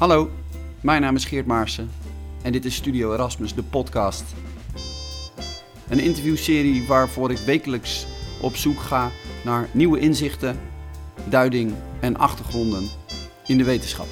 Hallo, mijn naam is Geert Maarsen en dit is Studio Erasmus, de podcast. Een interviewserie waarvoor ik wekelijks op zoek ga naar nieuwe inzichten, duiding en achtergronden in de wetenschap.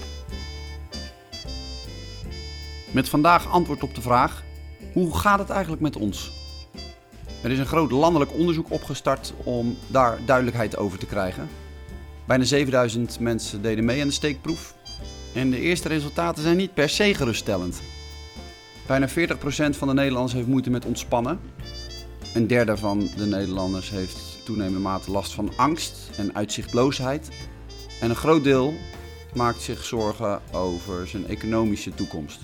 Met vandaag antwoord op de vraag: hoe gaat het eigenlijk met ons? Er is een groot landelijk onderzoek opgestart om daar duidelijkheid over te krijgen. Bijna 7000 mensen deden mee aan de steekproef. En de eerste resultaten zijn niet per se geruststellend. Bijna 40% van de Nederlanders heeft moeite met ontspannen. Een derde van de Nederlanders heeft toenemende mate last van angst en uitzichtloosheid. En een groot deel maakt zich zorgen over zijn economische toekomst.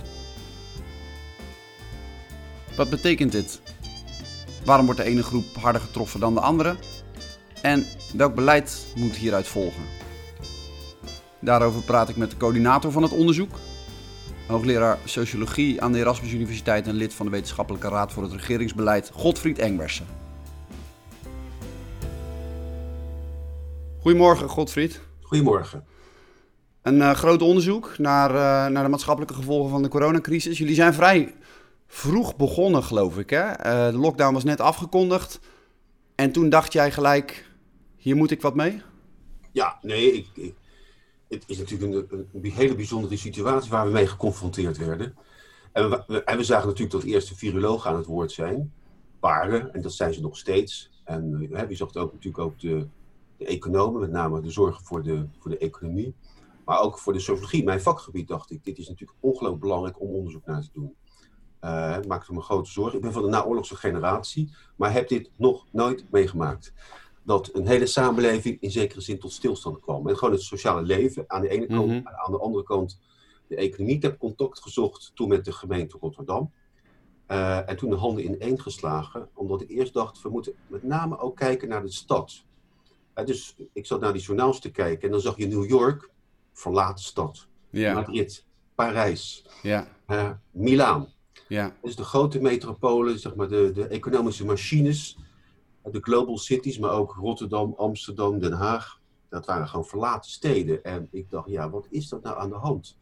Wat betekent dit? Waarom wordt de ene groep harder getroffen dan de andere? En welk beleid moet hieruit volgen? Daarover praat ik met de coördinator van het onderzoek, hoogleraar sociologie aan de Erasmus Universiteit en lid van de Wetenschappelijke Raad voor het Regeringsbeleid, Godfried Engbersen. Goedemorgen, Godfried. Goedemorgen. Een groot onderzoek naar de maatschappelijke gevolgen van de coronacrisis. Jullie zijn vrij vroeg begonnen, geloof ik, hè? De lockdown was net afgekondigd en toen dacht jij gelijk, hier moet ik wat mee? Ja, nee, het is natuurlijk een hele bijzondere situatie waar we mee geconfronteerd werden. En we zagen natuurlijk dat eerst de virologen aan het woord waren, en dat zijn ze nog steeds. En je zag ook natuurlijk ook de economen, met name de zorg voor de economie. Maar ook voor de sociologie, mijn vakgebied, dacht ik, dit is natuurlijk ongelooflijk belangrijk om onderzoek naar te doen. Ik maakte me grote zorgen. Ik ben van de naoorlogse generatie, maar heb dit nog nooit meegemaakt. Dat een hele samenleving in zekere zin tot stilstand kwam. En gewoon het sociale leven aan de ene kant, aan de andere kant de economie. Ik heb contact gezocht toen met de gemeente Rotterdam. En toen de handen ineengeslagen, omdat ik eerst dacht, we moeten met name ook kijken naar de stad. Dus ik zat naar die journaals te kijken en dan zag je New York, verlaten stad. Ja. Madrid, Parijs, Ja. Milaan. Ja. Dus de grote metropolen, zeg maar de economische machines, de global cities, maar ook Rotterdam, Amsterdam, Den Haag. Dat waren gewoon verlaten steden. En ik dacht, ja, wat is dat nou aan de hand?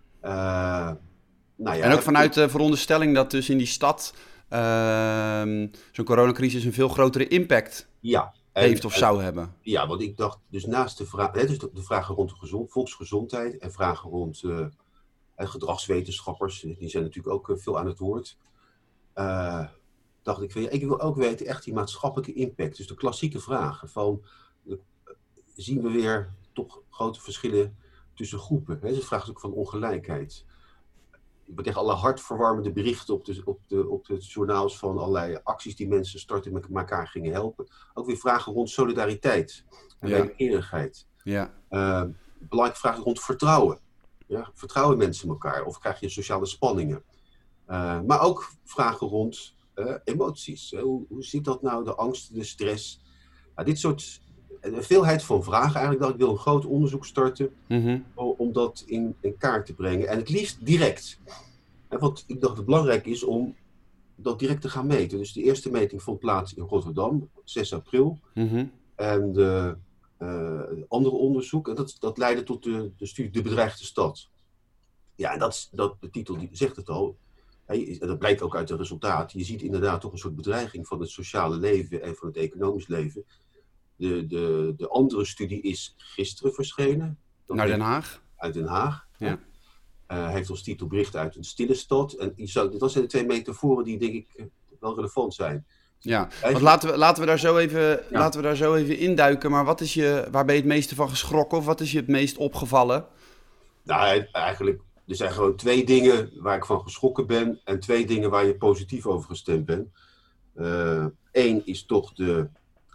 En ook vanuit de veronderstelling dat dus in die stad zo'n coronacrisis een veel grotere impact heeft of zou hebben. Ja, want ik dacht, dus naast de vraag, dus de vragen rond de volksgezondheid en vragen rond gedragswetenschappers, die zijn natuurlijk ook veel aan het woord. Dacht ik, ik wil ook weten echt die maatschappelijke impact. Dus de klassieke vragen van, zien we weer toch grote verschillen tussen groepen? Dus het vraagt ook van ongelijkheid. Ik kreeg alle hartverwarmende berichten op de journaals van allerlei acties die mensen starten met elkaar gingen helpen. Ook weer vragen rond solidariteit en wederkerigheid. Ja. Belangrijke vragen rond vertrouwen. Ja? Vertrouwen mensen elkaar of krijg je sociale spanningen? Maar ook vragen rond emoties. Hoe zit dat nou, de angst, de stress? Dit soort, een veelheid van vragen. Eigenlijk dacht ik, wil een groot onderzoek starten om dat in kaart te brengen. En het liefst direct. Want ik dacht het belangrijk is om dat direct te gaan meten. Dus de eerste meting vond plaats in Rotterdam, 6 april. En de andere onderzoek, en dat leidde tot de studie De Bedreigde Stad. Ja, en de titel die zegt het al. En dat blijkt ook uit de resultaten. Je ziet inderdaad toch een soort bedreiging van het sociale leven en van het economisch leven. De andere studie is gisteren verschenen. Naar Den Haag? Uit Den Haag. Ja. Heeft als titel Bericht uit een stille stad. En dat zijn de twee metaforen die denk ik wel relevant zijn. Ja, want laten we daar zo even induiken. Maar waar ben je het meeste van geschrokken? Of wat is je het meest opgevallen? Nou, eigenlijk, er zijn gewoon 2 dingen waar ik van geschrokken ben. En 2 dingen waar je positief over gestemd bent. 1 is toch de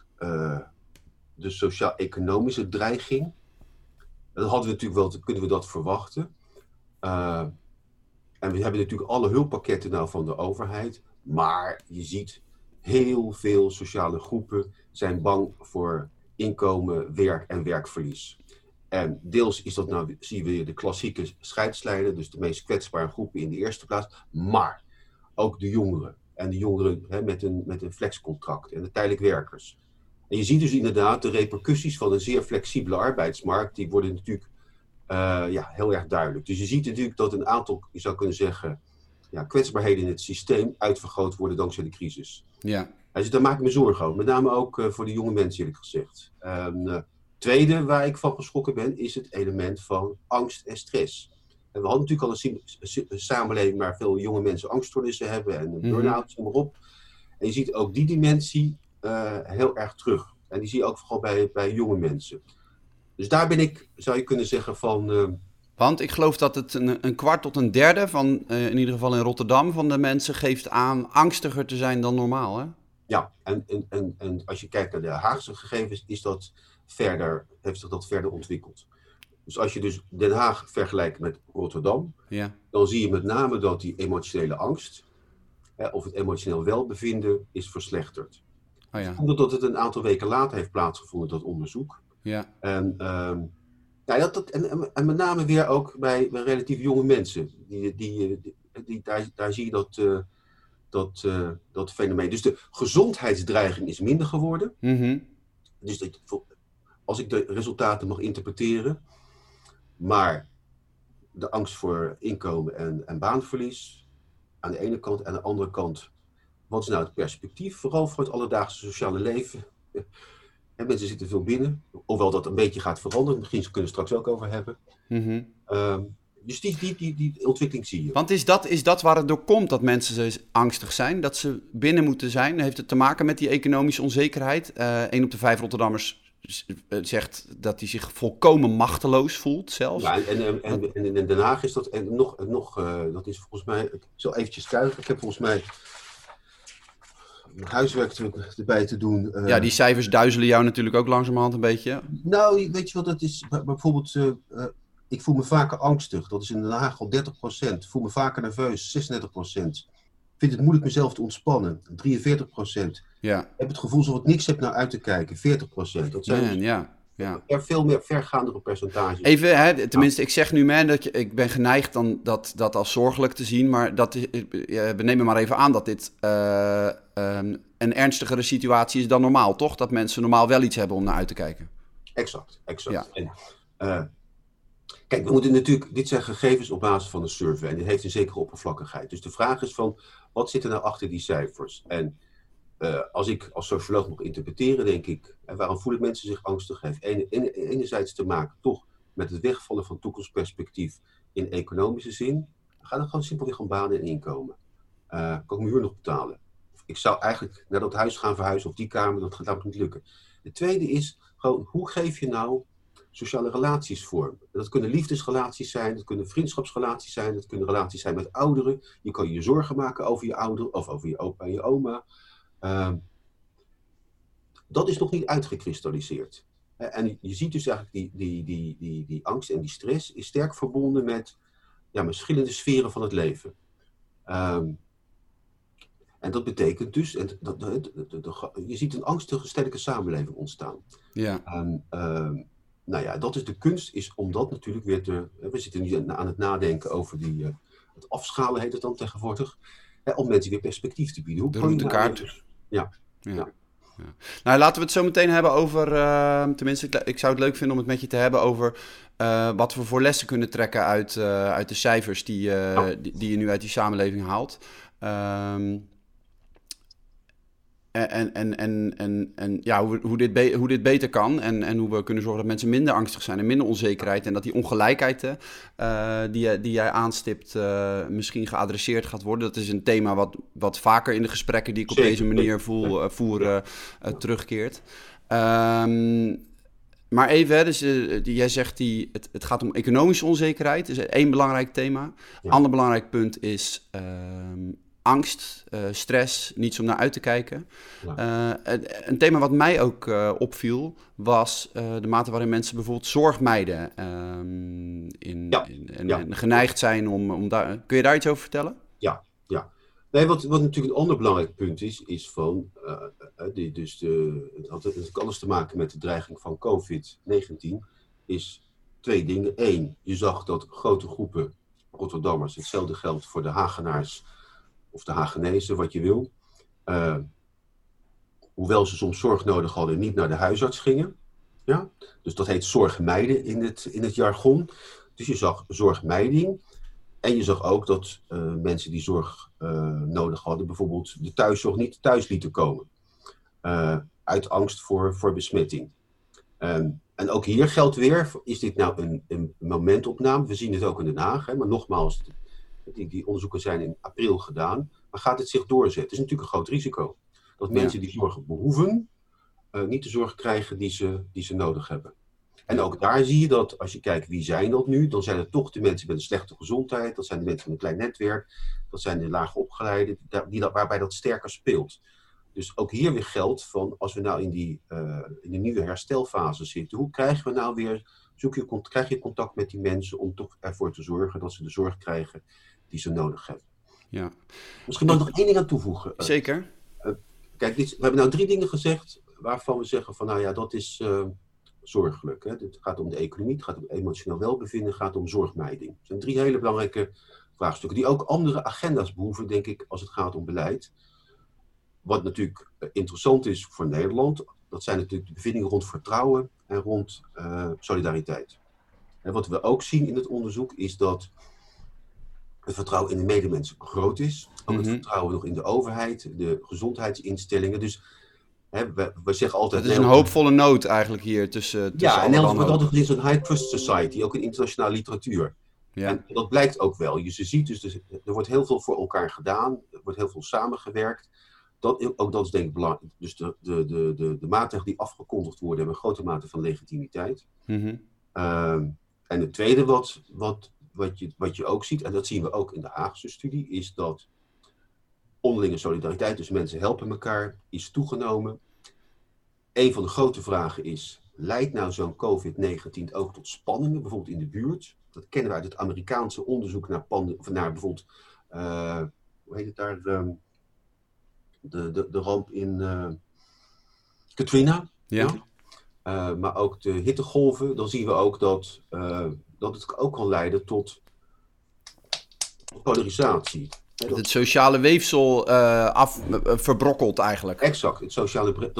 sociaal-economische dreiging. Dat hadden we natuurlijk wel, kunnen we dat verwachten. En we hebben natuurlijk alle hulppakketten nou van de overheid. Maar je ziet heel veel sociale groepen zijn bang voor inkomen, werk en werkverlies. En deels is dat nou, zien we de klassieke scheidslijnen, dus de meest kwetsbare groepen in de eerste plaats. Maar ook de jongeren. En de jongeren met een flexcontract en de tijdelijk werkers. En je ziet dus inderdaad de repercussies van een zeer flexibele arbeidsmarkt. Die worden natuurlijk heel erg duidelijk. Dus je ziet natuurlijk dat een aantal, je zou kunnen zeggen, kwetsbaarheden in het systeem uitvergroot worden dankzij de crisis. Ja. Dus daar maak ik me zorgen over. Met name ook voor de jonge mensen, eerlijk gezegd. Tweede waar ik van geschrokken ben, is het element van angst en stress. En we hadden natuurlijk al een samenleving waar veel jonge mensen angststoornissen hebben en burn-out, noem maar op. En je ziet ook die dimensie heel erg terug. En die zie je ook vooral bij jonge mensen. Dus daar ben ik, zou je kunnen zeggen, van... Want ik geloof dat het een kwart tot een derde van, in ieder geval in Rotterdam, van de mensen geeft aan angstiger te zijn dan normaal, hè? Ja, en als je kijkt naar de Haagse gegevens, heeft zich dat verder ontwikkeld. Dus als je dus Den Haag vergelijkt met Rotterdam, dan zie je met name dat die emotionele angst, of het emotioneel welbevinden, is verslechterd. Oh ja. Omdat het een aantal weken later heeft plaatsgevonden, dat onderzoek. Ja. En met name weer ook bij relatief jonge mensen. Daar zie je dat fenomeen. Dus de gezondheidsdreiging is minder geworden. Mm-hmm. Dus als ik de resultaten mag interpreteren. Maar de angst voor inkomen en baanverlies aan de ene kant. En aan de andere kant, wat is nou het perspectief? Vooral voor het alledaagse sociale leven. En mensen zitten veel binnen. Hoewel dat een beetje gaat veranderen. Misschien kunnen we het straks ook over hebben. Mm-hmm. Dus die ontwikkeling zie je. Want is dat waar het door komt dat mensen zo angstig zijn? Dat ze binnen moeten zijn? Heeft het te maken met die economische onzekerheid? 1 op de 5 Rotterdammers zegt dat hij zich volkomen machteloos voelt zelfs. Ja, en in Den Haag is dat... En nog dat is volgens mij... Ik zal eventjes kijken. Ik heb volgens mij huiswerk erbij te doen. Die cijfers duizelen jou natuurlijk ook langzamerhand een beetje. Nou, weet je wat dat is? Bijvoorbeeld... ik voel me vaker angstig. Dat is in Den Haag al 30%. Voel me vaker nerveus, 36%. Vind het moeilijk mezelf te ontspannen, 43%. Ja. Heb het gevoel alsof ik niks heb naar uit te kijken, 40%. Dat zijn veel meer vergaandere percentages. Even, tenminste, ik zeg nu ik ben geneigd dan dat als zorgelijk te zien, maar we nemen maar even aan dat dit een ernstigere situatie is dan normaal, toch? Dat mensen normaal wel iets hebben om naar uit te kijken. Exact. Ja. En, kijk, we moeten natuurlijk, dit zijn gegevens op basis van een survey en dit heeft een zekere oppervlakkigheid. Dus de vraag is van, wat zit er nou achter die cijfers? En als ik als socioloog mag interpreteren, denk ik, waarom voelen mensen zich angstig? Het heeft enerzijds te maken toch met het wegvallen van toekomstperspectief in economische zin. Dan gaan er gewoon simpelweg om banen en inkomen. Kan ik mijn huur nog betalen? Ik zou eigenlijk naar dat huis gaan verhuizen of die kamer, dat gaat niet lukken. De tweede is gewoon, hoe geef je nou sociale relaties vorm? Dat kunnen liefdesrelaties zijn, dat kunnen vriendschapsrelaties zijn, dat kunnen relaties zijn met ouderen. Je kan je zorgen maken over je ouderen of over je opa en je oma. Dat is nog niet uitgekristalliseerd. En je ziet dus eigenlijk die angst en die stress is sterk verbonden met verschillende sferen van het leven. En dat betekent dus, je ziet een angstige, sterke samenleving ontstaan. Ja. Dat is de kunst, is om dat natuurlijk weer we zitten nu aan het nadenken over het afschalen heet het dan tegenwoordig. Om mensen weer perspectief te bieden. De routekaart. Ja. Nou, laten we het zo meteen hebben over, tenminste, ik zou het leuk vinden om het met je te hebben over wat we voor lessen kunnen trekken uit de cijfers die je nu uit die samenleving haalt. Hoe dit beter kan en hoe we kunnen zorgen dat mensen minder angstig zijn en minder onzekerheid en dat die ongelijkheid die jij aanstipt misschien geadresseerd gaat worden. Dat is een thema wat vaker in de gesprekken die ik op deze manier voer terugkeert. Maar even, dus, jij zegt het gaat om economische onzekerheid, dat is één belangrijk thema. Ja. Ander belangrijk punt is angst, stress, niets om naar uit te kijken. Ja. Een thema wat mij ook opviel was de mate waarin mensen bijvoorbeeld zorg mijden en geneigd zijn om daar... Kun je daar iets over vertellen? Ja. Nee, wat natuurlijk een ander belangrijk punt is van... het had alles te maken met de dreiging van COVID-19, is 2 dingen. 1, je zag dat grote groepen Rotterdammers, hetzelfde geldt voor de Hagenaars of de Hagenezen, wat je wil. Hoewel ze soms zorg nodig hadden, niet naar de huisarts gingen. Ja? Dus dat heet zorg mijden in het jargon. Dus je zag zorgmijding. En je zag ook dat mensen die zorg nodig hadden, bijvoorbeeld de thuiszorg niet thuis lieten komen. Uit angst voor besmetting. En ook hier geldt weer, is dit nou een momentopname? We zien het ook in Den Haag, hè, maar nogmaals, die onderzoeken zijn in april gedaan. Maar gaat het zich doorzetten? Het is natuurlijk een groot risico. Dat mensen die zorg behoeven, niet de zorg krijgen die ze nodig hebben. En ook daar zie je dat, als je kijkt wie zijn dat nu, dan zijn het toch de mensen met een slechte gezondheid, dat zijn de mensen met een klein netwerk, dat zijn de laag opgeleiden, waarbij dat sterker speelt. Dus ook hier weer geldt van, als we nou in de nieuwe herstelfase zitten, hoe krijgen we nou weer, krijg je contact met die mensen om toch ervoor te zorgen dat ze de zorg krijgen die ze nodig hebben. Ja. Misschien mag ik nog één ding aan toevoegen. Zeker. Kijk, we hebben nou 3 dingen gezegd waarvan we zeggen van, nou ja, dat is zorgelijk. Hè? Het gaat om de economie, het gaat om emotioneel welbevinden, het gaat om zorgmijding. Dat zijn 3 hele belangrijke vraagstukken die ook andere agenda's behoeven, denk ik, als het gaat om beleid. Wat natuurlijk interessant is voor Nederland, dat zijn natuurlijk de bevindingen rond vertrouwen en rond solidariteit. En wat we ook zien in het onderzoek is dat het vertrouwen in de medemens groot is. Ook het vertrouwen nog in de overheid, de gezondheidsinstellingen. Dus we zeggen altijd... Het is een hoopvolle noot eigenlijk hier tussen ja, en Nederland wordt altijd gezien als een high trust society, ook in internationale literatuur. Ja. En dat blijkt ook wel. Je ziet dus, er wordt heel veel voor elkaar gedaan, er wordt heel veel samengewerkt. Ook dat is denk ik belangrijk. Dus de maatregelen die afgekondigd worden hebben een grote mate van legitimiteit. En het tweede wat je ook ziet, en dat zien we ook in de Haagse studie, is dat onderlinge solidariteit, dus mensen helpen elkaar, is toegenomen. Een van de grote vragen is, leidt nou zo'n COVID-19 ook tot spanningen, bijvoorbeeld in de buurt? Dat kennen we uit het Amerikaanse onderzoek naar bijvoorbeeld, hoe heet het daar, de ramp in Katrina. Ja. Maar ook de hittegolven, dan zien we ook dat het ook kan leiden tot polarisatie. Het sociale weefsel verbrokkelt eigenlijk. Exact. Het sociale,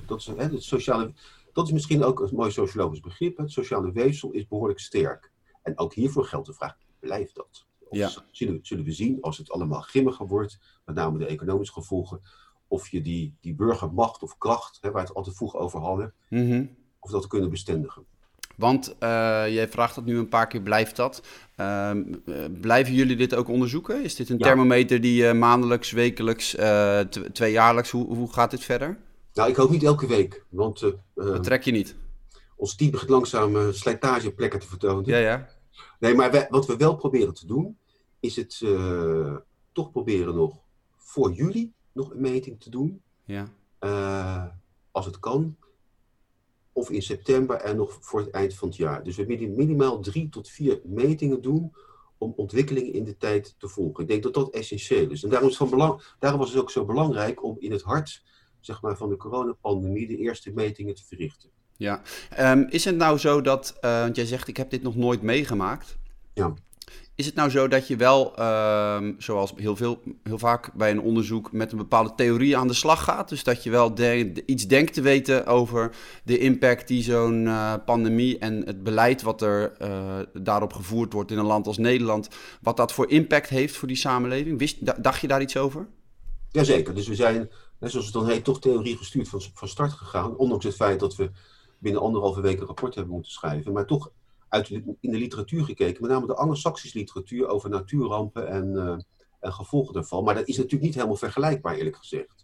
dat is misschien ook een mooi sociologisch begrip. Het sociale weefsel is behoorlijk sterk. En ook hiervoor geldt de vraag, blijft dat? Zullen we zien, als het allemaal grimmiger wordt, met name de economische gevolgen, of je die burgermacht of kracht, waar we het altijd vroeger over hadden, of dat kunnen bestendigen. Want jij vraagt dat nu een paar keer, blijft dat? Blijven jullie dit ook onderzoeken? Is dit een thermometer die maandelijks, wekelijks, 2-jaarlijks, hoe gaat dit verder? Nou, ik hoop niet elke week, want... dat trek je niet? Ons team begint langzaam slijtageplekken te vertonen. Ja. Nee, maar wat we wel proberen te doen, is het toch proberen nog voor juli nog een meting te doen. Ja. Als het kan. Of in september en nog voor het eind van het jaar. Dus we willen minimaal 3 tot 4 metingen doen om ontwikkelingen in de tijd te volgen. Ik denk dat dat essentieel is. En daarom was het ook zo belangrijk om in het hart, zeg maar, van de coronapandemie de eerste metingen te verrichten. Ja. Is het nou zo dat, want jij zegt ik heb dit nog nooit meegemaakt. Ja. Is het nou zo dat je wel, zoals heel vaak bij een onderzoek, met een bepaalde theorie aan de slag gaat? Dus dat je wel iets denkt te weten over de impact die zo'n pandemie en het beleid wat er daarop gevoerd wordt in een land als Nederland, wat dat voor impact heeft voor die samenleving? Dacht je daar iets over? Jazeker. Dus we zijn, zoals het dan heet, toch theorie gestuurd van start gegaan. Ondanks het feit dat we binnen 1,5 week een rapport hebben moeten schrijven. Maar toch in de literatuur gekeken, met name de Anglo-Saxische literatuur over natuurrampen en gevolgen daarvan. Maar dat is natuurlijk niet helemaal vergelijkbaar, eerlijk gezegd.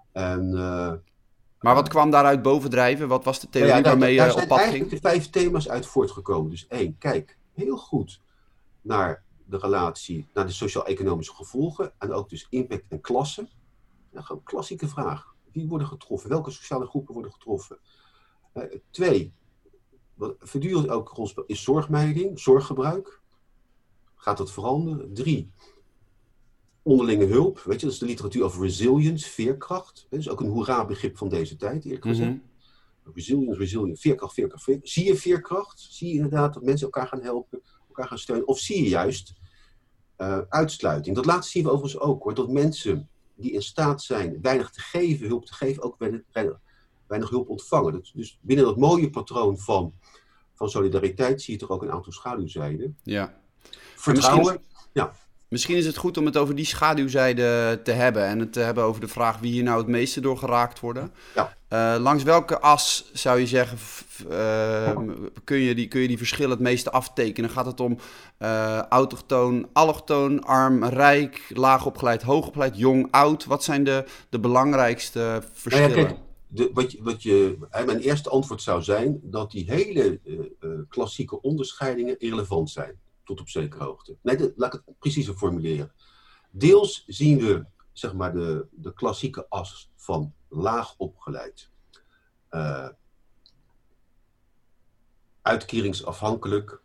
Maar wat kwam daaruit bovendrijven? Wat was de theorie waarmee je op pad ging? Daar zijn eigenlijk de 5 thema's uit voortgekomen. Dus 1, kijk heel goed naar de relatie, naar de sociaal-economische gevolgen. En ook dus impact en klasse. Nou, gewoon klassieke vraag. Wie worden getroffen? Welke sociale groepen worden getroffen? 2, wat voortdurend ook een rol speelt, is zorgmijding, zorggebruik. Gaat dat veranderen? 3, onderlinge hulp. Weet je, dat is de literatuur over resilience, veerkracht. Dat is ook een hoera-begrip van deze tijd, eerlijk gezegd. Resilience, veerkracht. Zie je veerkracht? Zie je inderdaad dat mensen elkaar gaan helpen, elkaar gaan steunen? Of zie je juist uitsluiting? Dat laatste zien we overigens ook, hoor. Dat mensen die in staat zijn weinig te geven, hulp te geven, ook weinig hulp ontvangen. Dus binnen dat mooie patroon van van solidariteit zie je toch ook een aantal schaduwzijden. Ja. Vertrouwen, ja. Misschien is het goed om het over die schaduwzijde te hebben en het te hebben over de vraag wie hier nou het meeste door geraakt worden. Ja. Langs welke as zou je zeggen, kun je die verschillen het meeste aftekenen? Gaat het om autochtoon, allochtoon, arm, rijk, laag opgeleid, hoog opgeleid, jong, oud? Wat zijn de belangrijkste verschillen? Nou ja, kijk, mijn eerste antwoord zou zijn dat die hele klassieke onderscheidingen irrelevant zijn. Tot op zekere hoogte. Nee, laat ik het preciezer formuleren. Deels zien we, zeg maar, de klassieke as van laag opgeleid, uitkeringsafhankelijk,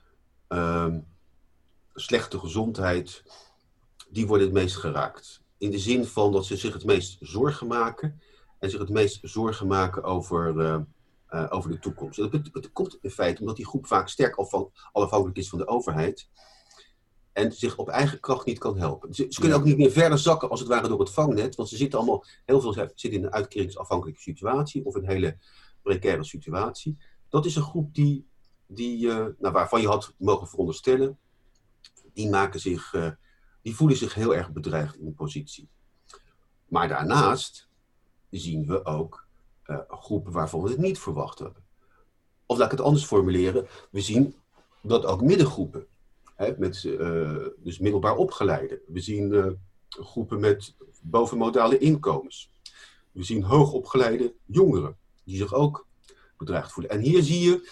slechte gezondheid, die worden het meest geraakt. In de zin van dat ze zich het meest zorgen maken en zich het meest zorgen maken over de toekomst. Dat komt in feite omdat die groep vaak sterk afhankelijk is van de overheid en zich op eigen kracht niet kan helpen. Ze kunnen ook niet meer verder zakken als het ware door het vangnet, want ze zitten allemaal, heel veel zitten in een uitkeringsafhankelijke situatie of een hele precaire situatie. Dat is een groep waarvan je had mogen veronderstellen, die voelen zich heel erg bedreigd in hun positie. Maar daarnaast zien we ook groepen waarvan we het niet verwacht hebben. Of laat ik het anders formuleren, we zien dat ook middengroepen, dus middelbaar opgeleiden, we zien groepen met bovenmodale inkomens, we zien hoogopgeleide jongeren die zich ook bedreigd voelen. En hier zie je,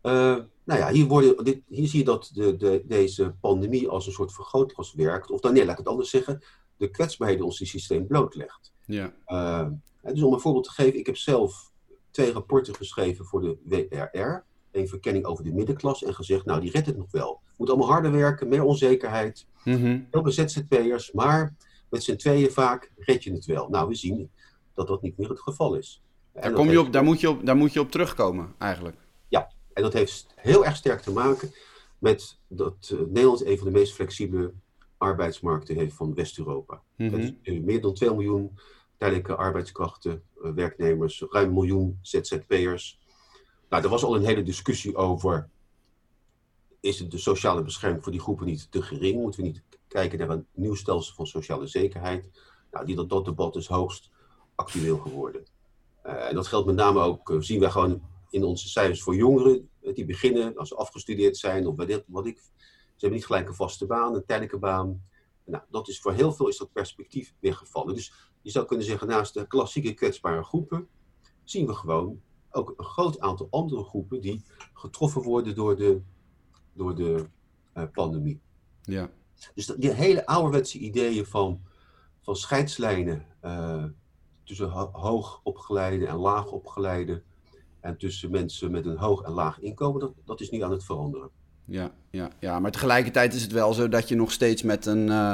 hier zie je dat deze pandemie als een soort vergrootglas werkt, of dan nee, laat ik het anders zeggen, de kwetsbaarheden in ons systeem blootlegt. Ja. Dus om een voorbeeld te geven, ik heb zelf 2 rapporten geschreven voor de WRR. Een verkenning over de middenklasse en gezegd, nou die redt het nog wel. Moet allemaal harder werken, meer onzekerheid. Heel veel ZZP'ers, maar met z'n tweeën vaak red je het wel. Nou, we zien dat dat niet meer het geval is. Daar moet je op terugkomen, eigenlijk. Ja, en dat heeft heel erg sterk te maken met dat Nederland een van de meest flexibele arbeidsmarkten heeft van West-Europa. Meer dan 2 miljoen tijdelijke arbeidskrachten, werknemers, ruim 1 miljoen ZZP'ers. Nou, er was al een hele discussie over, is het de sociale bescherming voor die groepen niet te gering? Moeten we niet kijken naar een nieuw stelsel van sociale zekerheid? Nou, dat debat is hoogst actueel geworden. En dat geldt met name ook, zien wij gewoon in onze cijfers voor jongeren, die beginnen als ze afgestudeerd zijn, of ze hebben niet gelijk een vaste baan, een tijdelijke baan. Nou, dat is voor heel veel is dat perspectief weggevallen. Dus je zou kunnen zeggen, naast de klassieke kwetsbare groepen, zien we gewoon ook een groot aantal andere groepen die getroffen worden door de pandemie. Ja. Dus die hele ouderwetse ideeën van scheidslijnen tussen hoog opgeleide en laag opgeleide en tussen mensen met een hoog en laag inkomen, dat is nu aan het veranderen. Ja, maar tegelijkertijd is het wel zo dat je nog steeds met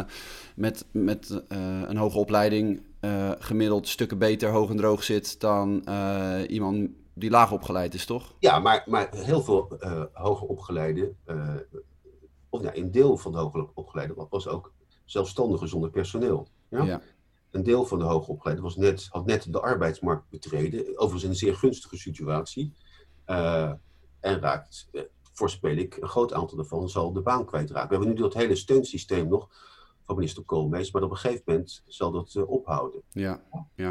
een hoge opleiding gemiddeld stukken beter hoog en droog zit dan iemand die laag opgeleid is, toch? Ja, maar heel veel hoger opgeleiden, een deel van de hoger opgeleiden was ook zelfstandigen zonder personeel. Ja? Een deel van de hoger opgeleiden had net de arbeidsmarkt betreden, overigens in een zeer gunstige situatie, en voorspel ik, een groot aantal daarvan zal de baan kwijtraken. We hebben nu dat hele steunsysteem nog van minister Koolmees, maar op een gegeven moment zal dat ophouden. Ja.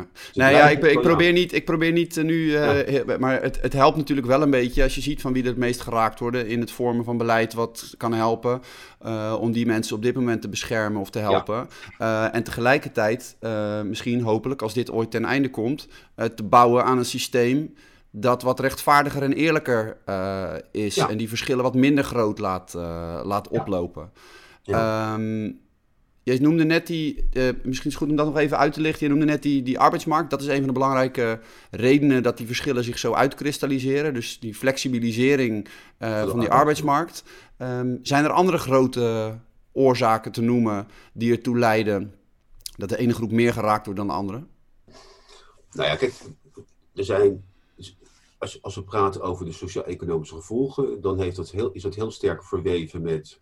Ik probeer niet nu, maar het helpt natuurlijk wel een beetje als je ziet van wie er het meest geraakt worden in het vormen van beleid wat kan helpen om die mensen op dit moment te beschermen of te helpen. Ja. En tegelijkertijd, misschien hopelijk als dit ooit ten einde komt, te bouwen aan een systeem dat wat rechtvaardiger en eerlijker is. Ja. En die verschillen wat minder groot laat oplopen. Ja. Je noemde net misschien is het goed om dat nog even uit te lichten. Je noemde net die arbeidsmarkt. Dat is een van de belangrijke redenen dat die verschillen zich zo uitkristalliseren. Dus die flexibilisering van die arbeidsmarkt. Zijn er andere grote oorzaken te noemen die ertoe leiden dat de ene groep meer geraakt wordt dan de andere? Nou ja, kijk, als we praten over de sociaal-economische gevolgen, dan is dat heel sterk verweven met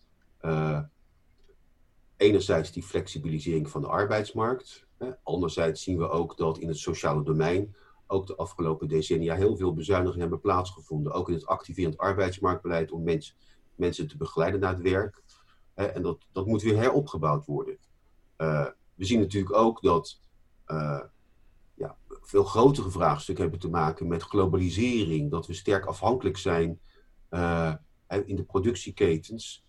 enerzijds die flexibilisering van de arbeidsmarkt. Anderzijds zien we ook dat in het sociale domein ook de afgelopen decennia heel veel bezuinigingen hebben plaatsgevonden. Ook in het activerend arbeidsmarktbeleid om mensen te begeleiden naar het werk. En dat moet weer heropgebouwd worden. We zien natuurlijk ook dat veel grotere vraagstukken hebben te maken met globalisering. Dat we sterk afhankelijk zijn in de productieketens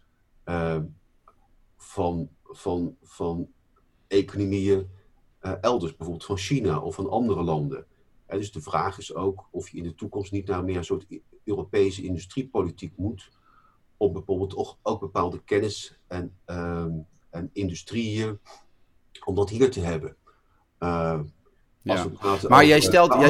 van economieën elders, bijvoorbeeld van China of van andere landen. Dus de vraag is ook of je in de toekomst niet naar meer een soort Europese industriepolitiek moet, om bijvoorbeeld ook bepaalde kennis en industrieën, om dat hier te hebben. Maar jij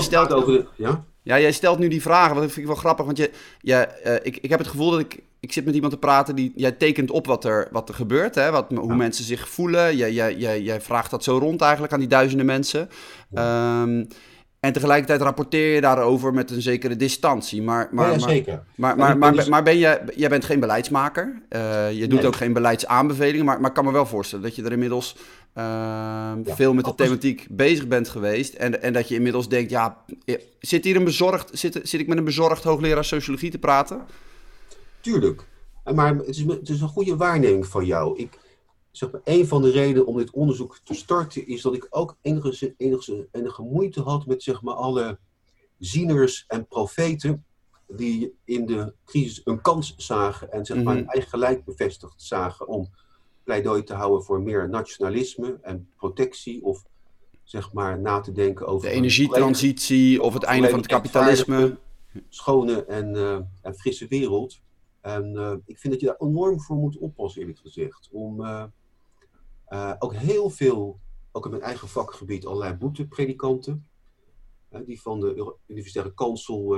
stelt nu die vragen, wat vind ik wel grappig, want ik heb het gevoel dat ik zit met iemand te praten, jij tekent op wat er gebeurt, hè, hoe mensen zich voelen. Jij vraagt dat zo rond eigenlijk aan die duizenden mensen. Ja. En tegelijkertijd rapporteer je daarover met een zekere distantie. Zeker. Maar jij bent geen beleidsmaker. Je doet ook geen beleidsaanbevelingen. Maar ik kan me wel voorstellen dat je er inmiddels veel met de thematiek bezig bent geweest. En dat je inmiddels denkt, zit ik met een bezorgd hoogleraar sociologie te praten? Tuurlijk. Maar het is een goede waarneming van jou. Een van de redenen om dit onderzoek te starten is dat ik ook enige moeite had met alle zieners en profeten die in de crisis een kans zagen en hun eigen gelijk bevestigd zagen om pleidooi te houden voor meer nationalisme en protectie of na te denken over de energietransitie of het einde van het kapitalisme. Schone en frisse wereld. En ik vind dat je daar enorm voor moet oppassen, eerlijk gezegd. Om ook heel veel, ook in mijn eigen vakgebied, allerlei boetepredikanten. Die van de universitaire kansel,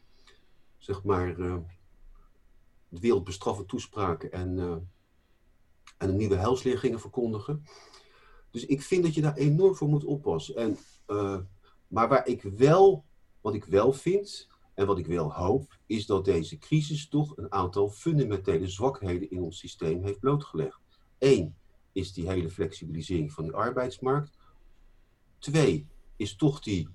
de wereld bestraffen toespraken en een nieuwe heilsleer gingen verkondigen. Dus ik vind dat je daar enorm voor moet oppassen. Maar wat ik wel vind en wat ik wel hoop, is dat deze crisis toch een aantal fundamentele zwakheden in ons systeem heeft blootgelegd. 1 is die hele flexibilisering van die arbeidsmarkt. 2 is toch die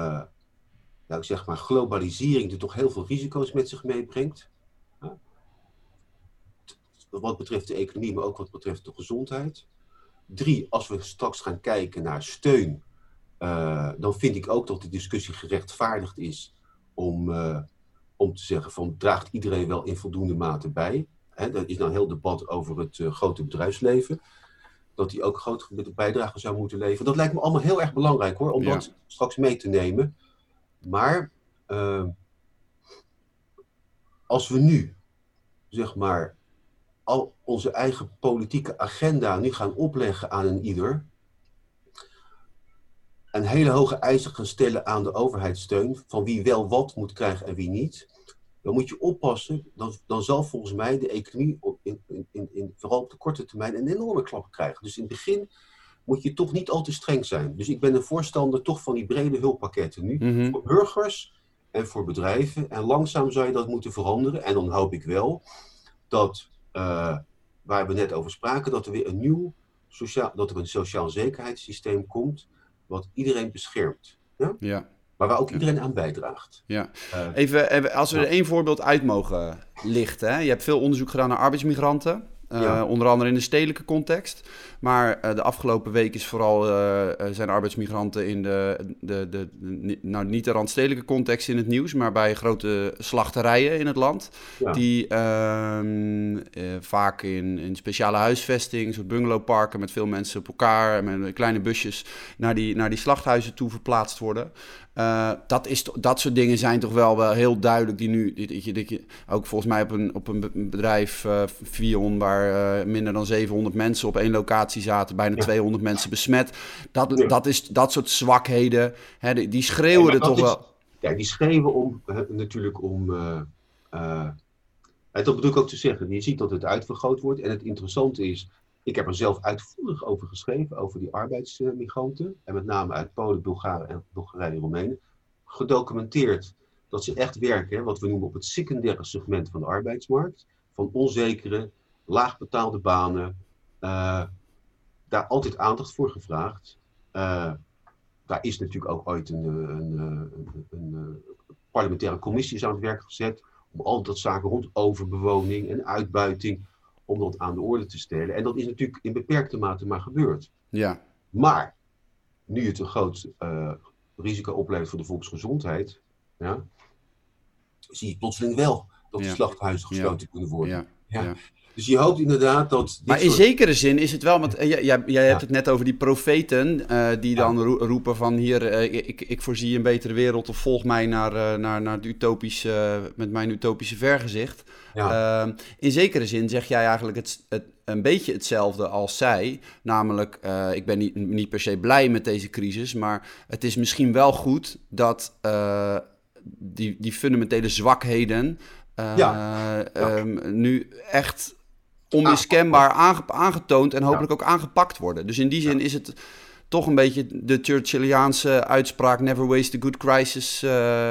globalisering die toch heel veel risico's met zich meebrengt. Wat betreft de economie, maar ook wat betreft de gezondheid. 3, als we straks gaan kijken naar steun, dan vind ik ook dat de discussie gerechtvaardigd is om te zeggen van, draagt iedereen wel in voldoende mate bij? Er is nou een heel debat over het grote bedrijfsleven, dat die ook een grote bijdrage zou moeten leveren. Dat lijkt me allemaal heel erg belangrijk hoor, om dat straks mee te nemen. Maar als we nu, al onze eigen politieke agenda nu gaan opleggen aan een ieder, en hele hoge eisen gaan stellen aan de overheidssteun, van wie wel wat moet krijgen en wie niet, dan moet je oppassen, dan zal volgens mij de economie vooral op de korte termijn een enorme klap krijgen. Dus in het begin moet je toch niet al te streng zijn. Dus ik ben een voorstander toch van die brede hulppakketten nu, voor burgers en voor bedrijven. En langzaam zou je dat moeten veranderen. En dan hoop ik wel dat, waar we net over spraken, dat er weer een sociaal zekerheidssysteem komt, wat iedereen beschermt. Ja? Maar waar ook iedereen aan bijdraagt. Ja. Even, als we er één voorbeeld uit mogen lichten. Hè? Je hebt veel onderzoek gedaan naar arbeidsmigranten. Onder andere in de stedelijke context. Maar de afgelopen week is vooral zijn arbeidsmigranten in niet de randstedelijke context in het nieuws, maar bij grote slachterijen in het land. Ja. Die vaak in speciale huisvesting, soort bungalowparken met veel mensen op elkaar en met kleine busjes naar die slachthuizen toe verplaatst worden. Dat soort dingen zijn toch wel heel duidelijk. Die nu, ook volgens mij op een bedrijf Vion, waar minder dan 700 mensen op één locatie zaten, bijna 200 mensen besmet. Dat soort zwakheden, hè, die schreeuwen er toch wel. Ja, die schreeuwen natuurlijk om. Dat bedoel ik ook te zeggen. Je ziet dat het uitvergroot wordt. En het interessante is, ik heb er zelf uitvoerig over geschreven, over die arbeidsmigranten. En met name uit Polen, Bulgarije en Roemenië. Gedocumenteerd dat ze echt werken, wat we noemen op het secundaire segment van de arbeidsmarkt. Van onzekere, laagbetaalde banen. Daar altijd aandacht voor gevraagd. Daar is natuurlijk ook ooit een parlementaire commissie aan het werk gezet om al dat zaken rond overbewoning en uitbuiting, om dat aan de orde te stellen. En dat is natuurlijk in beperkte mate maar gebeurd. Ja. Maar nu het een groot risico oplevert voor de volksgezondheid, ja, zie je plotseling wel dat de slachthuizen gesloten kunnen worden. Ja. Dus je hoopt inderdaad dat... Maar in zekere zin is het wel... Want jij hebt het net over die profeten die dan roepen van hier, ik voorzie een betere wereld of volg mij naar het utopische, met mijn utopische vergezicht. Ja. In zekere zin zeg jij eigenlijk een beetje hetzelfde als zij. Namelijk, ik ben niet per se blij met deze crisis, maar het is misschien wel goed dat die fundamentele zwakheden nu echt onmiskenbaar aangetoond en hopelijk ook aangepakt worden. Dus in die zin is het toch een beetje de Churchilliaanse uitspraak never waste a good crisis.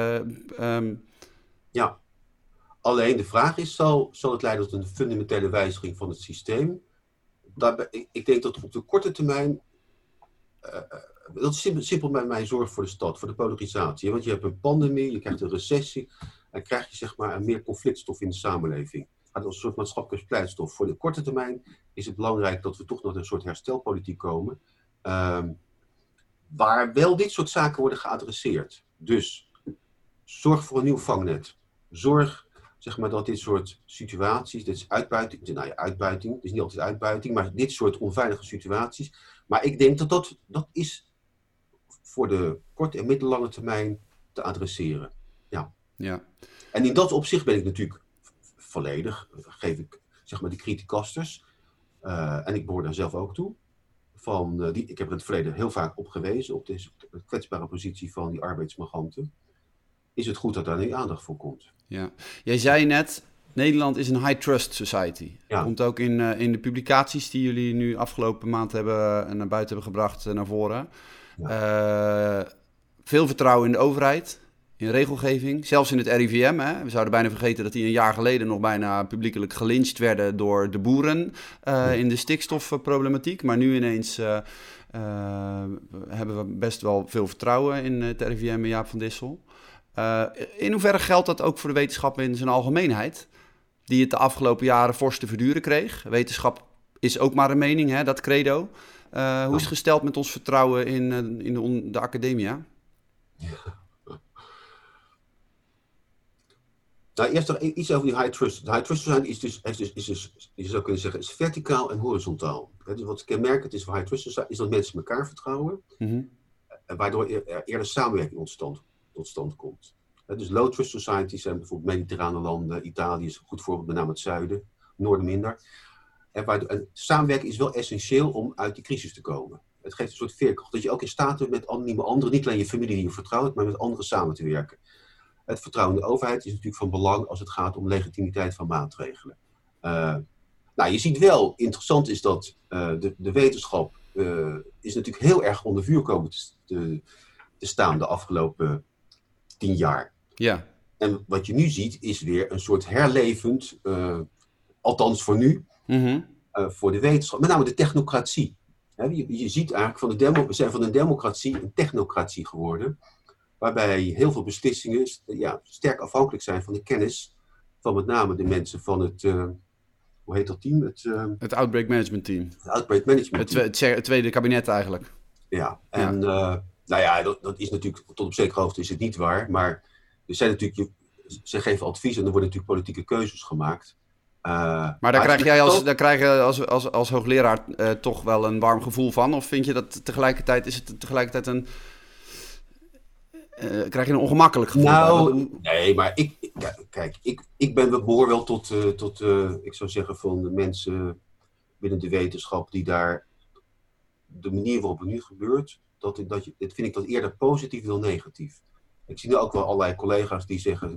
Ja, alleen de vraag is, zal het leiden tot een fundamentele wijziging van het systeem? Ik denk dat op de korte termijn, dat is simpel mijn zorg voor de stad, voor de polarisatie. Want je hebt een pandemie, je krijgt een recessie, en krijg je zeg maar meer conflictstof in de samenleving. Als een soort maatschappelijke splijtstof. Voor de korte termijn is het belangrijk dat we toch naar een soort herstelpolitiek komen. Waar wel dit soort zaken worden geadresseerd. Dus zorg voor een nieuw vangnet. Zorg zeg maar, dat dit soort situaties, dit is uitbuiting, uitbuiting, het is niet altijd uitbuiting, maar dit soort onveilige situaties. Maar ik denk dat is voor de korte en middellange termijn te adresseren. Ja. En in dat opzicht ben ik natuurlijk volledig, geef ik zeg maar de criticasters, en ik behoor daar zelf ook toe, ik heb er in het verleden heel vaak op gewezen, op de kwetsbare positie van die arbeidsmigranten. Is het goed dat daar nu aandacht voor komt? Ja. Jij zei net, Nederland is een high trust society. Ja. Komt ook in de publicaties die jullie nu afgelopen maand hebben naar buiten hebben gebracht naar voren. Ja. Veel vertrouwen in de overheid, in regelgeving, zelfs in het RIVM. Hè. We zouden bijna vergeten dat die een jaar geleden nog bijna publiekelijk gelyncht werden door de boeren in de stikstofproblematiek. Maar nu ineens hebben we best wel veel vertrouwen in het RIVM en Jaap van Dissel. In hoeverre geldt dat ook voor de wetenschap in zijn algemeenheid, die het de afgelopen jaren fors te verduren kreeg? Wetenschap is ook maar een mening, hè, dat credo. Hoe is het gesteld met ons vertrouwen in de academia? Nou, eerst nog iets over die high trust. De high trust je zou kunnen zeggen, is verticaal en horizontaal. Dus wat kenmerkend is voor high trust is dat mensen elkaar vertrouwen, waardoor er eerder samenwerking tot stand komt. Dus low trust societies zijn bijvoorbeeld mediterrane landen, Italië is een goed voorbeeld, met name het zuiden, noorden minder. En samenwerking is wel essentieel om uit die crisis te komen. Het geeft een soort veerkracht, dat je ook in staat bent met anderen, niet alleen je familie die je vertrouwt, maar met anderen samen te werken. Het vertrouwen in de overheid is natuurlijk van belang als het gaat om legitimiteit van maatregelen. Je ziet wel, interessant is dat de wetenschap is natuurlijk heel erg onder vuur komen te staan de afgelopen 10 jaar. Ja. En wat je nu ziet is weer een soort herlevend, althans voor nu, voor de wetenschap, met name de technocratie. Je ziet eigenlijk we zijn van een democratie een technocratie geworden, waarbij heel veel beslissingen sterk afhankelijk zijn van de kennis van met name de mensen van het, hoe heet dat team? Het Outbreak Management Team. Het Outbreak Management Team. Het tweede kabinet eigenlijk. Ja, en dat is natuurlijk, tot op zekere hoogte is het niet waar, maar er zijn natuurlijk, ze geven advies en er worden natuurlijk politieke keuzes gemaakt. Maar daar krijg je als hoogleraar toch wel een warm gevoel van? Of vind je dat tegelijkertijd een... krijg je een ongemakkelijk gevoel? Nee, maar ik behoor wel tot ik zou zeggen, van de mensen binnen de wetenschap die daar de manier waarop het nu gebeurt, dat vind ik dat eerder positief dan negatief. Ik zie nu ook wel allerlei collega's die zeggen,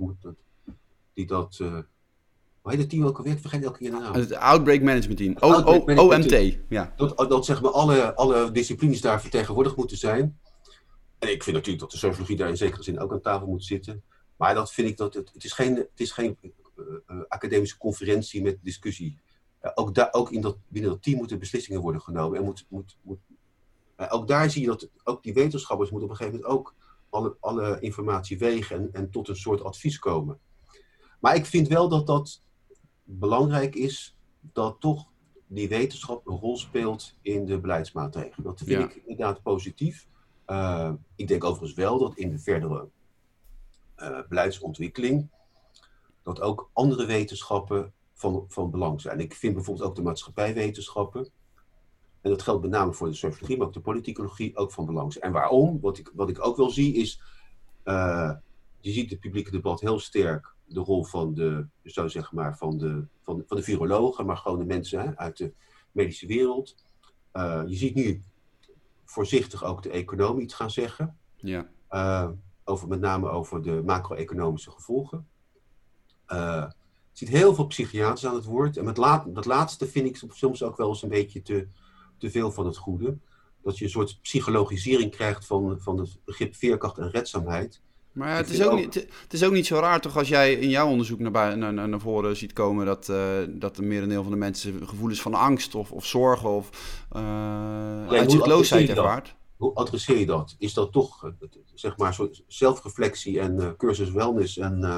hoe heet het team ook alweer? Ik vergeet elke keer de naam. Het Outbreak Management Team. OMT. Ja. Dat zeg maar alle disciplines daar vertegenwoordigd moeten zijn. En ik vind natuurlijk dat de sociologie daar in zekere zin ook aan tafel moet zitten. Maar dat vind ik het is geen academische conferentie met discussie. Ook binnen dat team moeten beslissingen worden genomen. En Ook daar zie je dat ook die wetenschappers moeten op een gegeven moment ook alle informatie wegen en tot een soort advies komen. Maar ik vind wel dat dat belangrijk is, dat toch die wetenschap een rol speelt in de beleidsmaatregelen. Dat vind ik inderdaad positief. Ik denk overigens wel dat in de verdere beleidsontwikkeling dat ook andere wetenschappen van belang zijn. Ik vind bijvoorbeeld ook de maatschappijwetenschappen, en dat geldt met name voor de sociologie, maar ook de politicologie, ook van belang zijn. En waarom? Wat ik ook wel zie is, je ziet het publieke debat heel sterk de rol van de virologen, maar gewoon de mensen uit de medische wereld. Je ziet nu voorzichtig ook de economie iets gaan zeggen. Ja. Met name over de macro-economische gevolgen. Je ziet heel veel psychiaters aan het woord. En dat laatste vind ik soms ook wel eens een beetje te veel van het goede. Dat je een soort psychologisering krijgt van het begrip veerkracht en redzaamheid. Maar het is ook niet zo raar toch als jij in jouw onderzoek naar voren ziet komen dat een merendeel van de mensen gevoelens van angst of zorgen of uitzichtloosheid ervaart. Hoe adresseer je dat? Is dat toch zeg maar soort zelfreflectie en cursus wellness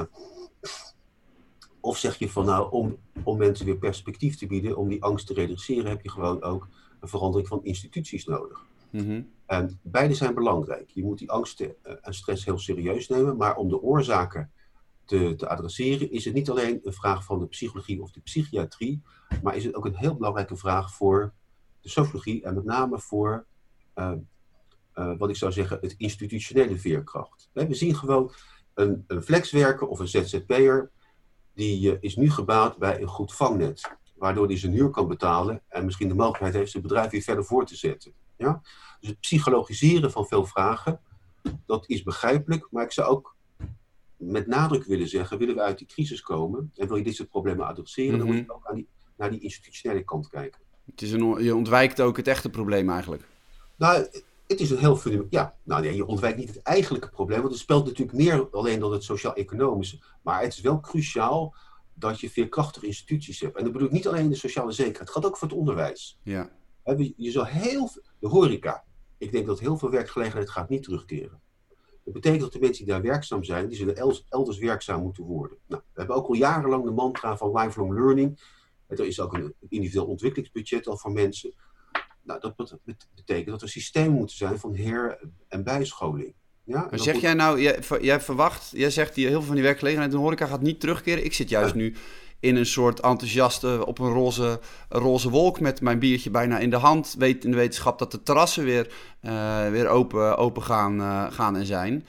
of zeg je van nou om mensen weer perspectief te bieden, om die angst te reduceren, heb je gewoon ook een verandering van instituties nodig. Mm-hmm. En beide zijn belangrijk. Je moet die angst en stress heel serieus nemen, maar om de oorzaken te adresseren is het niet alleen een vraag van de psychologie of de psychiatrie, maar is het ook een heel belangrijke vraag voor de sociologie en met name voor wat ik zou zeggen het institutionele veerkracht. We zien gewoon een flexwerker of een ZZP'er die is nu gebaat bij een goed vangnet, waardoor hij zijn huur kan betalen en misschien de mogelijkheid heeft zijn bedrijf weer verder voor te zetten. Ja? Dus het psychologiseren van veel vragen, dat is begrijpelijk, maar ik zou ook met nadruk willen zeggen, willen we uit die crisis komen en wil je dit soort problemen adresseren, dan moet je ook naar die institutionele kant kijken. Je ontwijkt ook het echte probleem eigenlijk. Nou, het is een heel fundamental. Ja, je ontwijkt niet het eigenlijke probleem, want het speelt natuurlijk meer alleen dan het sociaal-economische. Maar het is wel cruciaal dat je veerkrachtige instituties hebt. En dat bedoel ik niet alleen de sociale zekerheid, het gaat ook voor het onderwijs. Ja. Je zal de horeca. Ik denk dat heel veel werkgelegenheid gaat niet terugkeren. Dat betekent dat de mensen die daar werkzaam zijn, die zullen elders werkzaam moeten worden. Nou, we hebben ook al jarenlang de mantra van lifelong learning. Er is ook een individueel ontwikkelingsbudget al voor mensen. Nou, dat betekent dat er systemen moeten zijn van en bijscholing. Ja, maar zeg jij nou, jij zegt heel veel van die werkgelegenheid in de horeca gaat niet terugkeren. Ik zit juist nu in een soort enthousiaste, op een roze wolk met mijn biertje bijna in de hand. In de wetenschap dat de terrassen weer open gaan en zijn.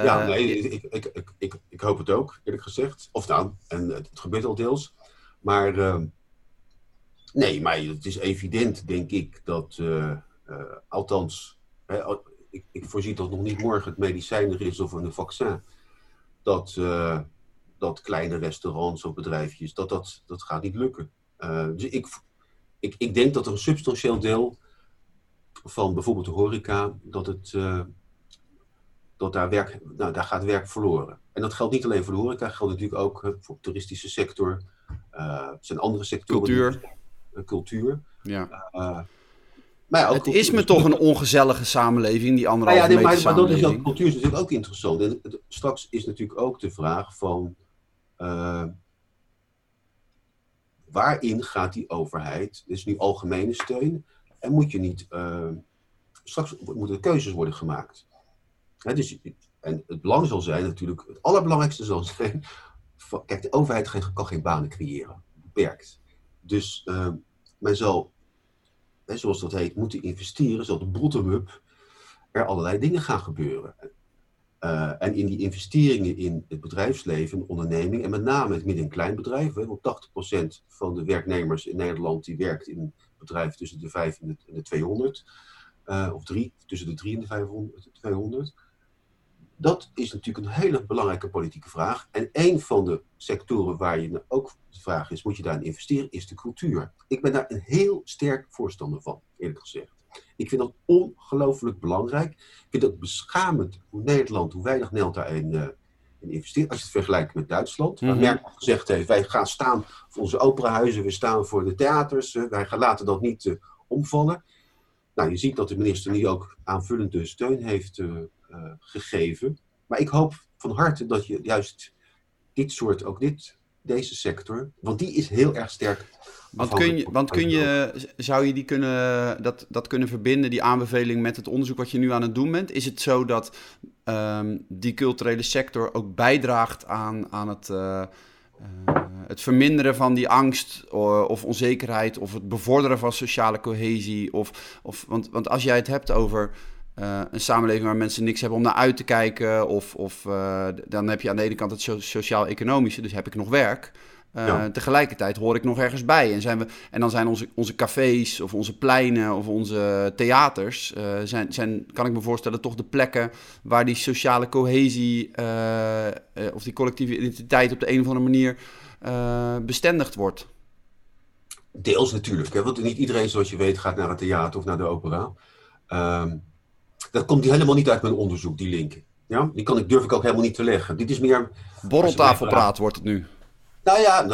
Ik hoop het ook, eerlijk gezegd. En het gebeurt al deels. Maar maar het is evident, denk ik, dat althans, ik voorzie dat nog niet morgen het medicijn er is of een vaccin, dat kleine restaurants of bedrijfjes, dat gaat niet lukken. Dus ik denk dat er een substantieel deel van bijvoorbeeld de horeca, daar gaat werk verloren. En dat geldt niet alleen voor de horeca, geldt natuurlijk ook voor de toeristische sector. Het zijn andere sectoren. Cultuur. Ja. Maar het is me toch een ongezellige samenleving, die anderhalve meter samenleving. Maar dat is ook, cultuur is natuurlijk ook interessant. En straks is natuurlijk ook de vraag van waarin gaat die overheid, dit is nu algemene steun, en moet je niet, straks moeten keuzes worden gemaakt. En het belang zal zijn natuurlijk, het allerbelangrijkste zal zijn, kijk, de overheid kan geen banen creëren, beperkt. Dus men zal, zoals dat heet, moeten investeren, zal de bottom-up er allerlei dingen gaan gebeuren. En in die investeringen in het bedrijfsleven, onderneming, en met name het midden- en kleinbedrijf, want 80% van de werknemers in Nederland die werkt in een bedrijf tussen de 5 en de 200, tussen de 3 en de 200. Dat is natuurlijk een hele belangrijke politieke vraag. En een van de sectoren waar je ook de vraag is, moet je daarin investeren, is de cultuur. Ik ben daar een heel sterk voorstander van, eerlijk gezegd. Ik vind dat ongelooflijk belangrijk. Ik vind dat beschamend hoe Nederland, hoe weinig Nederland daarin investeert. Als je het vergelijkt met Duitsland. Waar Merkel gezegd heeft, wij gaan staan voor onze operahuizen, we staan voor de theaters, wij laten dat niet omvallen. Nou, je ziet dat de minister nu ook aanvullende steun heeft gegeven. Maar ik hoop van harte dat je juist deze sector, want die is heel erg sterk. Zou je die dat kunnen verbinden, die aanbeveling, met het onderzoek wat je nu aan het doen bent? Is het zo dat die culturele sector ook bijdraagt aan het verminderen van die angst of onzekerheid, of het bevorderen van sociale cohesie? Want als jij het hebt over een samenleving waar mensen niks hebben om naar uit te kijken, dan heb je aan de ene kant het sociaal-economische, dus heb ik nog werk. Tegelijkertijd hoor ik nog ergens bij. En dan zijn onze cafés of onze pleinen of onze theaters, kan ik me voorstellen, toch de plekken waar die sociale cohesie of die collectieve identiteit op de een of andere manier bestendigd wordt. Deels natuurlijk, hè? Want niet iedereen, zoals je weet, gaat naar het theater of naar de opera. Dat komt helemaal niet uit mijn onderzoek, die link. Ja? Durf ik ook helemaal niet te leggen. Dit is meer... Borreltafelpraat wordt het nu. Nou ja,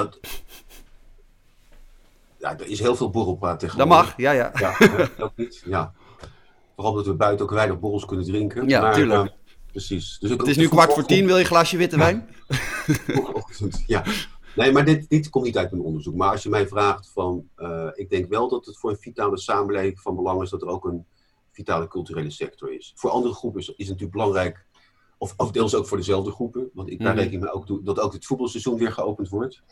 er is heel veel borrelpraat tegenwoordig. Dat mag, ja. Ook niet, ja. Vooral omdat we buiten ook weinig borrels kunnen drinken. Ja, tuurlijk. Precies. Dus het is nu 9:15, wil je een glaasje witte wijn? Ja. Nee, maar dit komt niet uit mijn onderzoek. Maar als je mij vraagt van... ik denk wel dat het voor een vitale samenleving van belang is dat er ook een vitale culturele sector is. Voor andere groepen is het natuurlijk belangrijk... Of deels ook voor dezelfde groepen. Want daar reken ik me ook toe dat ook het voetbalseizoen weer geopend wordt.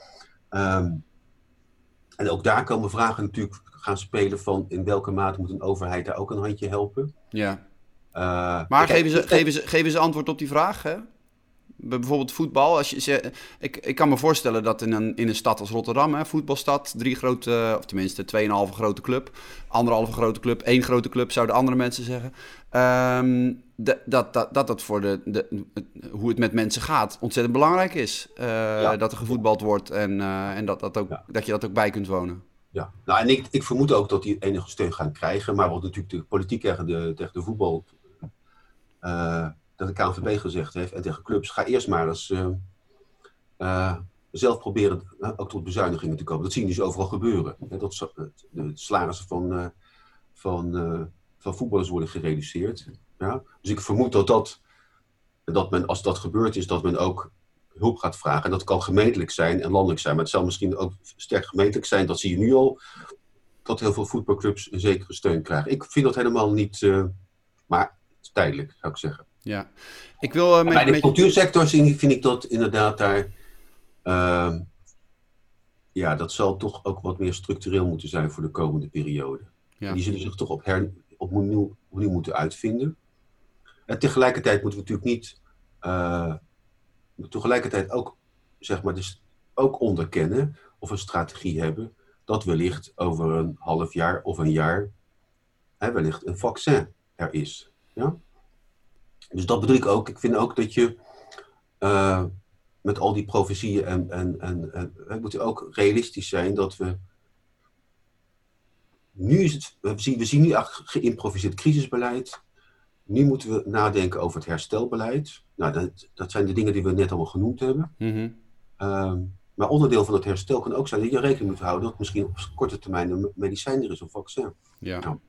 En ook daar komen vragen natuurlijk gaan spelen van... in welke mate moet een overheid daar ook een handje helpen? Ja. Maar geven ze antwoord op die vraag, hè? Bijvoorbeeld voetbal. Ik kan me voorstellen dat in een stad als Rotterdam, hè, voetbalstad, 3 grote, of tenminste 2,5 grote club, 1,5 grote club, 1 grote club, zouden andere mensen zeggen. Dat voor hoe het met mensen gaat ontzettend belangrijk is. Dat er gevoetbald wordt en dat je dat ook bij kunt wonen. Ja, nou, en ik vermoed ook dat die enige steun gaan krijgen, maar wat natuurlijk de politiek tegen de voetbal... dat de KNVB gezegd heeft en tegen clubs, ga eerst maar eens zelf proberen ook tot bezuinigingen te komen. Dat zien we dus overal gebeuren. De salarissen van voetballers worden gereduceerd. Ja? Dus ik vermoed dat men, als dat gebeurd is, dat men ook hulp gaat vragen. En dat kan gemeentelijk zijn en landelijk zijn. Maar het zal misschien ook sterk gemeentelijk zijn. Dat zie je nu al, dat heel veel voetbalclubs een zekere steun krijgen. Ik vind dat helemaal niet... maar het is tijdelijk, zou ik zeggen. Ja, ik wil bij de cultuursector vind ik dat inderdaad daar... dat zal toch ook wat meer structureel moeten zijn voor de komende periode. Ja. Die zullen zich toch opnieuw moeten uitvinden. En tegelijkertijd moeten we natuurlijk niet... tegelijkertijd ook, zeg maar, dus ook onderkennen of een strategie hebben dat wellicht over een half jaar of een jaar wellicht een vaccin er is. Ja? Dus dat bedoel ik ook. Ik vind ook dat je met al die profetieën en we moeten ook realistisch zijn dat we... We zien nu eigenlijk geïmproviseerd crisisbeleid. Nu moeten we nadenken over het herstelbeleid. Nou, dat zijn de dingen die we net allemaal genoemd hebben. Mm-hmm. Maar onderdeel van het herstel kan ook zijn dat je rekening moet houden dat misschien op korte termijn een medicijn er is of vaccin. Ja. Nou.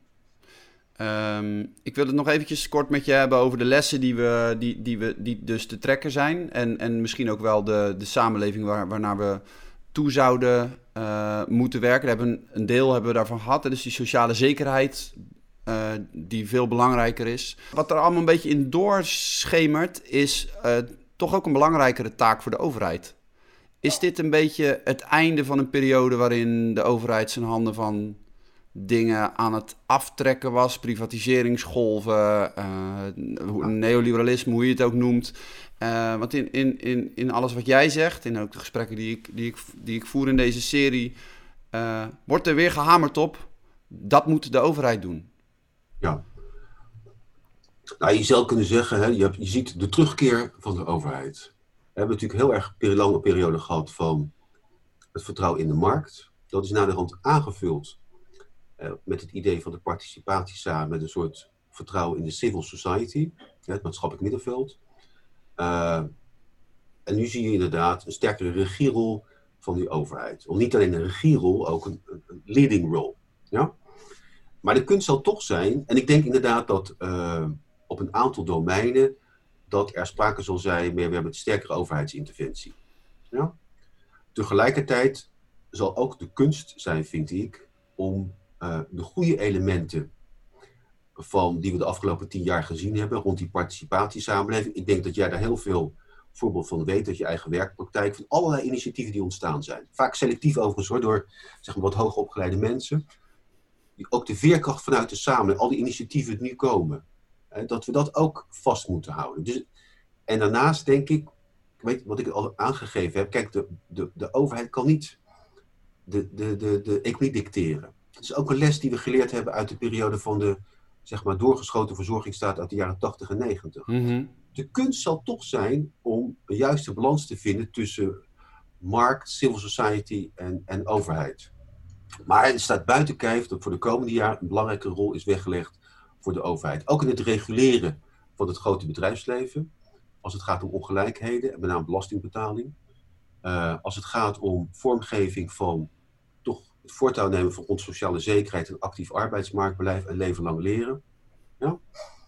Ik wil het nog eventjes kort met je hebben over de lessen die dus te trekken zijn. En misschien ook wel de samenleving waarnaar we toe zouden moeten werken. Een deel hebben we daarvan gehad. Dus die sociale zekerheid die veel belangrijker is. Wat er allemaal een beetje in doorschemert is toch ook een belangrijkere taak voor de overheid. Is dit een beetje het einde van een periode waarin de overheid zijn handen van dingen aan het aftrekken was, privatiseringsgolven, neoliberalisme, hoe je het ook noemt. Want in alles wat jij zegt, in ook de gesprekken die ik voer in deze serie, wordt er weer gehamerd op, dat moet de overheid doen. Ja. Nou, je zou kunnen zeggen, hè, je ziet de terugkeer van de overheid. We hebben natuurlijk heel erg lange periode gehad van het vertrouwen in de markt. Dat is naderhand aangevuld met het idee van de participatie samen met een soort vertrouwen in de civil society, het maatschappelijk middenveld. En nu zie je inderdaad een sterkere regierol van die overheid. Of niet alleen een regierol, ook een leading role. Ja? Maar de kunst zal toch zijn, en ik denk inderdaad dat op een aantal domeinen dat er sprake zal zijn meer met sterkere overheidsinterventie. Ja? Tegelijkertijd zal ook de kunst zijn, vind ik, om de goede elementen die we de afgelopen 10 jaar gezien hebben rond die participatiesamenleving. Ik denk dat jij daar heel veel voorbeeld van weet, dat je eigen werkpraktijk, van allerlei initiatieven die ontstaan zijn. Vaak selectief overigens hoor, door zeg maar, wat hoogopgeleide mensen. Ook de veerkracht vanuit de samenleving, al die initiatieven die nu komen. Dat we dat ook vast moeten houden. Dus, en daarnaast denk ik, weet wat ik al aangegeven heb, kijk, de overheid kan niet de economie dicteren. Het is ook een les die we geleerd hebben uit de periode van de zeg maar, doorgeschoten verzorgingsstaat uit de jaren 80 en 90. Mm-hmm. De kunst zal toch zijn om een juiste balans te vinden tussen markt, civil society en overheid. Maar het staat buiten kijf dat voor de komende jaren een belangrijke rol is weggelegd voor de overheid. Ook in het reguleren van het grote bedrijfsleven. Als het gaat om ongelijkheden en met name belastingbetaling. Als het gaat om vormgeving van toch het voortouw nemen van onze sociale zekerheid en actief arbeidsmarktbeleid en leven lang leren. Ja?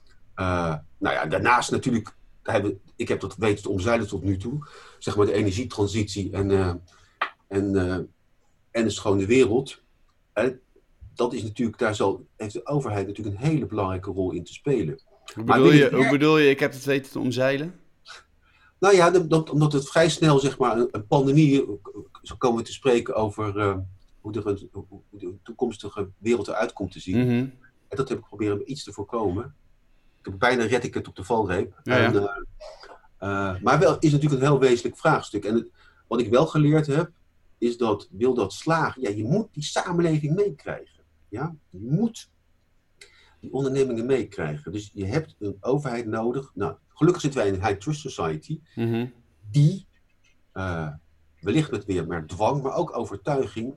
Nou ja, daarnaast natuurlijk, ik heb dat weten te omzeilen tot nu toe, zeg maar de energietransitie en de schone wereld. Dat is natuurlijk, heeft de overheid natuurlijk een hele belangrijke rol in te spelen. Hoe bedoel je, ik heb het weten te omzeilen? Nou ja, omdat het vrij snel, zeg maar, een pandemie, zo komen we te spreken over hoe de toekomstige wereld eruit komt te zien. Mm-hmm. En dat heb ik proberen iets te voorkomen. Bijna red ik het op de valreep. Ja. Maar wel is natuurlijk een heel wezenlijk vraagstuk. En wat ik wel geleerd heb, is dat wil dat slagen, ja, je moet die samenleving meekrijgen. Ja? Je moet die ondernemingen meekrijgen. Dus je hebt een overheid nodig. Nou, gelukkig zitten wij in een high trust society. Mm-hmm. Die wellicht met weer meer dwang, maar ook overtuiging,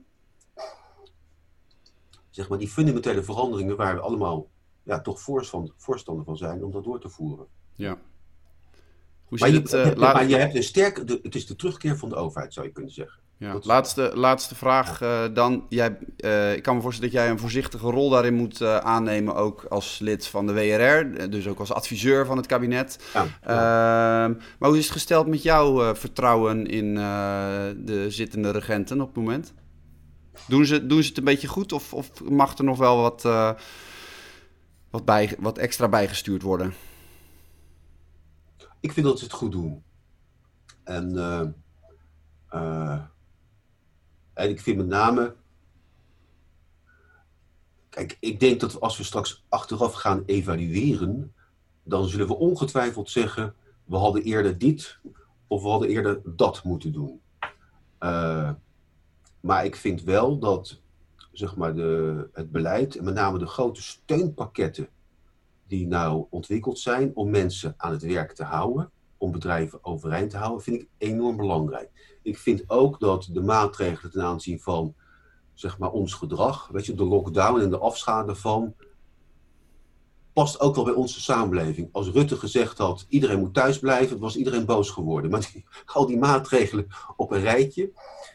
zeg maar die fundamentele veranderingen waar we allemaal toch voorstander van zijn om dat door te voeren. Ja. Maar je hebt een sterke, het is de terugkeer van de overheid, zou je kunnen zeggen. Ja. Laatste vraag dan. Ik kan me voorstellen dat jij een voorzichtige rol daarin moet aannemen, ook als lid van de WRR, dus ook als adviseur van het kabinet. Ja. Maar hoe is het gesteld met jouw vertrouwen in de zittende regenten op het moment? Doen ze het een beetje goed of mag er nog wel wat extra bijgestuurd worden? Ik vind dat ze het goed doen. En ik vind met name, kijk, ik denk dat als we straks achteraf gaan evalueren, dan zullen we ongetwijfeld zeggen, we hadden eerder dit of we hadden eerder dat moeten doen. Maar ik vind wel dat, zeg maar, het beleid en met name de grote steunpakketten die nou ontwikkeld zijn om mensen aan het werk te houden, om bedrijven overeind te houden, vind ik enorm belangrijk. Ik vind ook dat de maatregelen ten aanzien van, zeg maar, ons gedrag, weet je, de lockdown en de afschade daarvan, past ook wel bij onze samenleving. Als Rutte gezegd had, iedereen moet thuis blijven, was iedereen boos geworden. Maar al die maatregelen op een rijtje,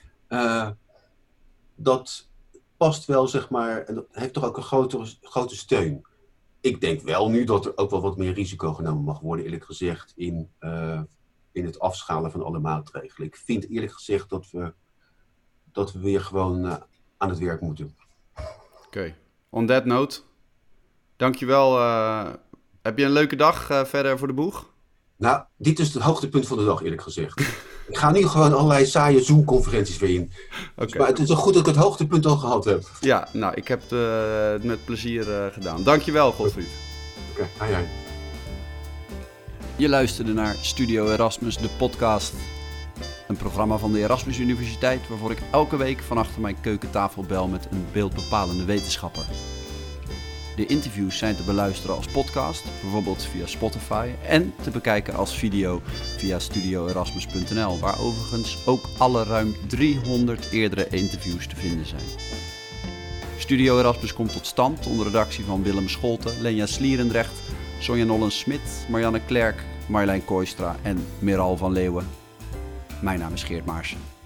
dat past wel, zeg maar, en dat heeft toch ook een grote steun. Ik denk wel nu dat er ook wel wat meer risico genomen mag worden, eerlijk gezegd, in het afschalen van alle maatregelen. Ik vind eerlijk gezegd dat we weer gewoon aan het werk moeten. Oké. On that note, dankjewel. Heb je een leuke dag verder voor de boeg? Nou, dit is het hoogtepunt van de dag, eerlijk gezegd. Ik ga nu gewoon allerlei saaie Zoom-conferenties weer in. Okay. Dus, maar het is wel goed dat ik het hoogtepunt al gehad heb. Ja, nou, ik heb het met plezier gedaan. Dankjewel, Godfried. Oké, hi. Je luisterde naar Studio Erasmus, de podcast. Een programma van de Erasmus Universiteit, waarvoor ik elke week van achter mijn keukentafel bel met een beeldbepalende wetenschapper. De interviews zijn te beluisteren als podcast, bijvoorbeeld via Spotify, en te bekijken als video via studioerasmus.nl, waar overigens ook alle ruim 300 eerdere interviews te vinden zijn. Studio Erasmus komt tot stand onder redactie van Willem Scholten, Lenja Slierendrecht, Sonja Nollens-Smit, Marianne Klerk, Marjolein Kooistra en Meral van Leeuwen. Mijn naam is Geert Maarsen.